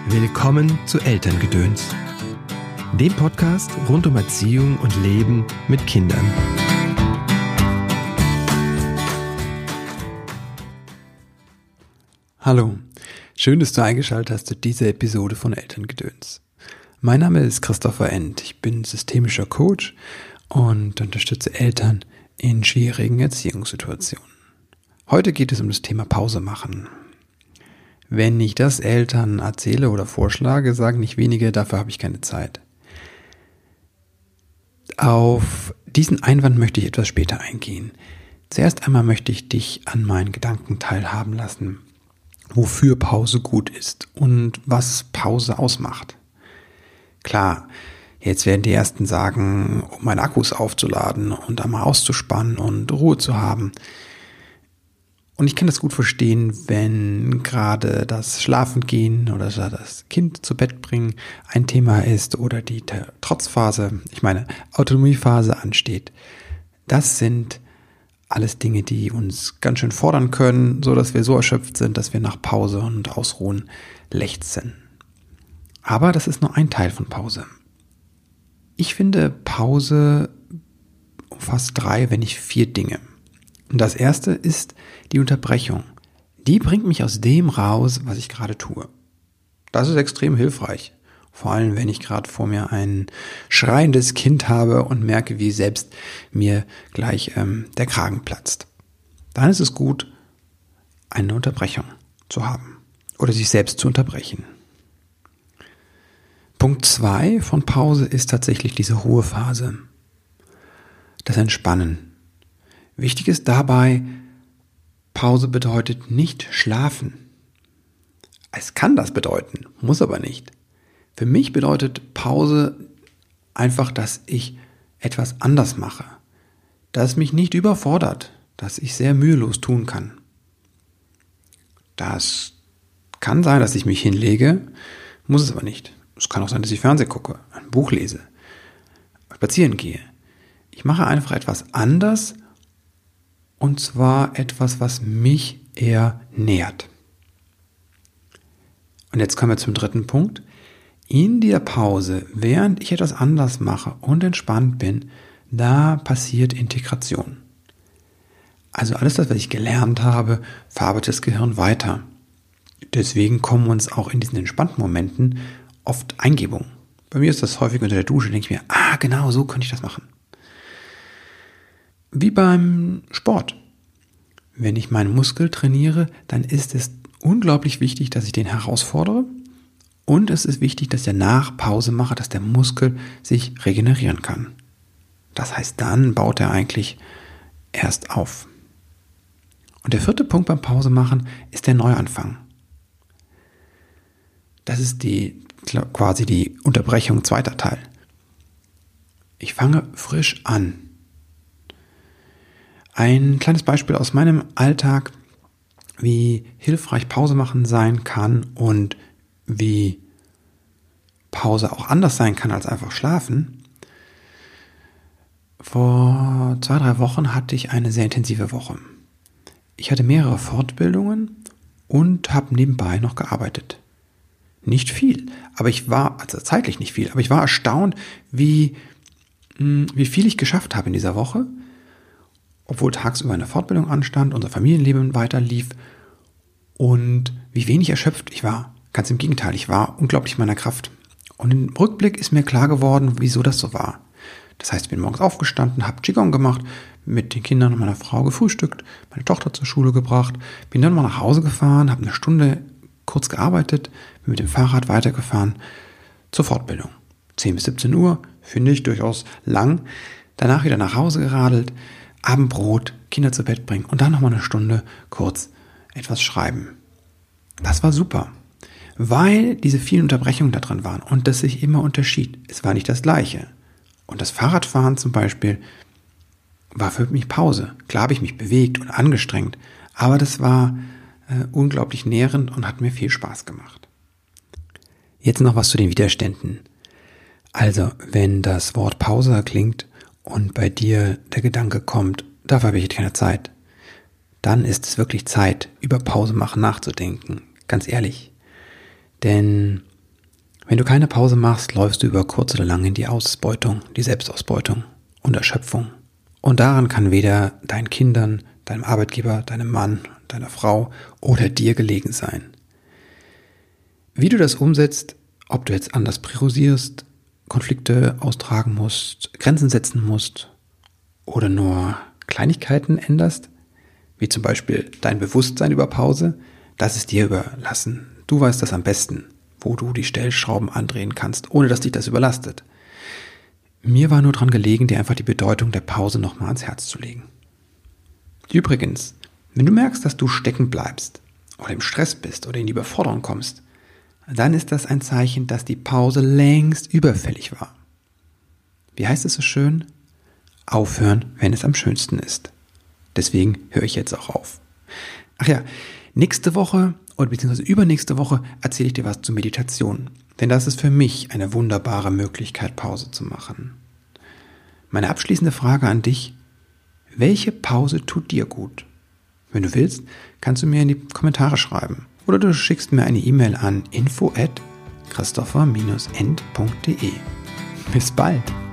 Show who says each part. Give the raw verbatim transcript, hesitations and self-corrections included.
Speaker 1: Willkommen zu Elterngedöns, dem Podcast rund um Erziehung und Leben mit Kindern.
Speaker 2: Hallo, schön, dass du eingeschaltet hast zu dieser Episode von Elterngedöns. Mein Name ist Christopher End, ich bin systemischer Coach und unterstütze Eltern in schwierigen Erziehungssituationen. Heute geht es um das Thema Pause machen. Wenn ich das Eltern erzähle oder vorschlage, sagen nicht wenige, dafür habe ich keine Zeit. Auf diesen Einwand möchte ich etwas später eingehen. Zuerst einmal möchte ich dich an meinen Gedanken teilhaben lassen, wofür Pause gut ist und was Pause ausmacht. Klar, jetzt werden die Ersten sagen, um meine Akkus aufzuladen und einmal auszuspannen und Ruhe zu haben. Und ich kann das gut verstehen, wenn gerade das Schlafengehen oder das Kind zu Bett bringen ein Thema ist oder die Trotzphase, ich meine Autonomiephase ansteht. Das sind alles Dinge, die uns ganz schön fordern können, so dass wir so erschöpft sind, dass wir nach Pause und Ausruhen lechzen. Aber das ist nur ein Teil von Pause. Ich finde, Pause umfasst drei, wenn nicht vier Dinge. Und das erste ist die Unterbrechung. Die bringt mich aus dem raus, was ich gerade tue. Das ist extrem hilfreich. Vor allem, wenn ich gerade vor mir ein schreiendes Kind habe und merke, wie selbst mir gleich ähm, der Kragen platzt. Dann ist es gut, eine Unterbrechung zu haben oder sich selbst zu unterbrechen. Punkt zwei von Pause ist tatsächlich diese Ruhephase. Das Entspannen. Wichtig ist dabei, Pause bedeutet nicht schlafen. Es kann das bedeuten, muss aber nicht. Für mich bedeutet Pause einfach, dass ich etwas anders mache, dass es mich nicht überfordert, dass ich sehr mühelos tun kann. Das kann sein, dass ich mich hinlege, muss es aber nicht. Es kann auch sein, dass ich Fernsehen gucke, ein Buch lese, spazieren gehe. Ich mache einfach etwas anders. Und zwar etwas, was mich eher nährt. Und jetzt kommen wir zum dritten Punkt. In der Pause, während ich etwas anders mache und entspannt bin, da passiert Integration. Also alles das, was ich gelernt habe, verarbeitet das Gehirn weiter. Deswegen kommen uns auch in diesen entspannten Momenten oft Eingebungen. Bei mir ist das häufig unter der Dusche, denke ich mir, ah genau, so könnte ich das machen. Wie beim Sport. Wenn ich meinen Muskel trainiere, dann ist es unglaublich wichtig, dass ich den herausfordere. Und es ist wichtig, dass ich danach Pause mache, dass der Muskel sich regenerieren kann. Das heißt, dann baut er eigentlich erst auf. Und der vierte Punkt beim Pause machen ist der Neuanfang. Das ist die quasi die Unterbrechung, zweiter Teil. Ich fange frisch an. Ein kleines Beispiel aus meinem Alltag, wie hilfreich Pause machen sein kann und wie Pause auch anders sein kann als einfach schlafen. Vor zwei, drei Wochen hatte ich eine sehr intensive Woche. Ich hatte mehrere Fortbildungen und habe nebenbei noch gearbeitet. Nicht viel, aber ich war, also zeitlich nicht viel, aber ich war erstaunt, wie, wie viel ich geschafft habe in dieser Woche. Obwohl tagsüber eine Fortbildung anstand, unser Familienleben weiter lief und wie wenig erschöpft ich war. Ganz im Gegenteil, ich war unglaublich in meiner Kraft. Und im Rückblick ist mir klar geworden, wieso das so war. Das heißt, ich bin morgens aufgestanden, habe Qigong gemacht, mit den Kindern und meiner Frau gefrühstückt, meine Tochter zur Schule gebracht, bin dann mal nach Hause gefahren, habe eine Stunde kurz gearbeitet, bin mit dem Fahrrad weitergefahren zur Fortbildung. zehn bis siebzehn Uhr, finde ich durchaus lang. Danach wieder nach Hause geradelt, Abendbrot, Kinder zu Bett bringen und dann nochmal eine Stunde kurz etwas schreiben. Das war super, weil diese vielen Unterbrechungen da drin waren und das sich immer unterschied. Es war nicht das Gleiche. Und das Fahrradfahren zum Beispiel war für mich Pause. Klar habe ich mich bewegt und angestrengt, aber das war äh, unglaublich nährend und hat mir viel Spaß gemacht. Jetzt noch was zu den Widerständen. Also, wenn das Wort Pause klingt und bei dir der Gedanke kommt, dafür habe ich jetzt keine Zeit, dann ist es wirklich Zeit, über Pause machen nachzudenken. Ganz ehrlich. Denn Wenn du keine Pause machst, läufst du über kurz oder lang in die Ausbeutung, die Selbstausbeutung und Erschöpfung. Und daran kann weder deinen Kindern, deinem Arbeitgeber, deinem Mann, deiner Frau oder dir gelegen sein. Wie du das umsetzt, ob du jetzt anders priorisierst, Konflikte austragen musst, Grenzen setzen musst oder nur Kleinigkeiten änderst, wie zum Beispiel dein Bewusstsein über Pause, das ist dir überlassen. Du weißt das am besten, wo du die Stellschrauben andrehen kannst, ohne dass dich das überlastet. Mir war nur dran gelegen, dir einfach die Bedeutung der Pause nochmal ans Herz zu legen. Übrigens, wenn du merkst, dass du stecken bleibst oder im Stress bist oder in die Überforderung kommst, dann ist das ein Zeichen, dass die Pause längst überfällig war. Wie heißt es so schön? Aufhören, wenn es am schönsten ist. Deswegen höre ich jetzt auch auf. Ach ja, nächste Woche oder beziehungsweise übernächste Woche erzähle ich dir was zur Meditation. Denn das ist für mich eine wunderbare Möglichkeit, Pause zu machen. Meine abschließende Frage an dich: Welche Pause tut dir gut? Wenn du willst, kannst du mir in die Kommentare schreiben. Oder du schickst mir eine E-Mail an info at christopher dash end punkt de. Bis bald!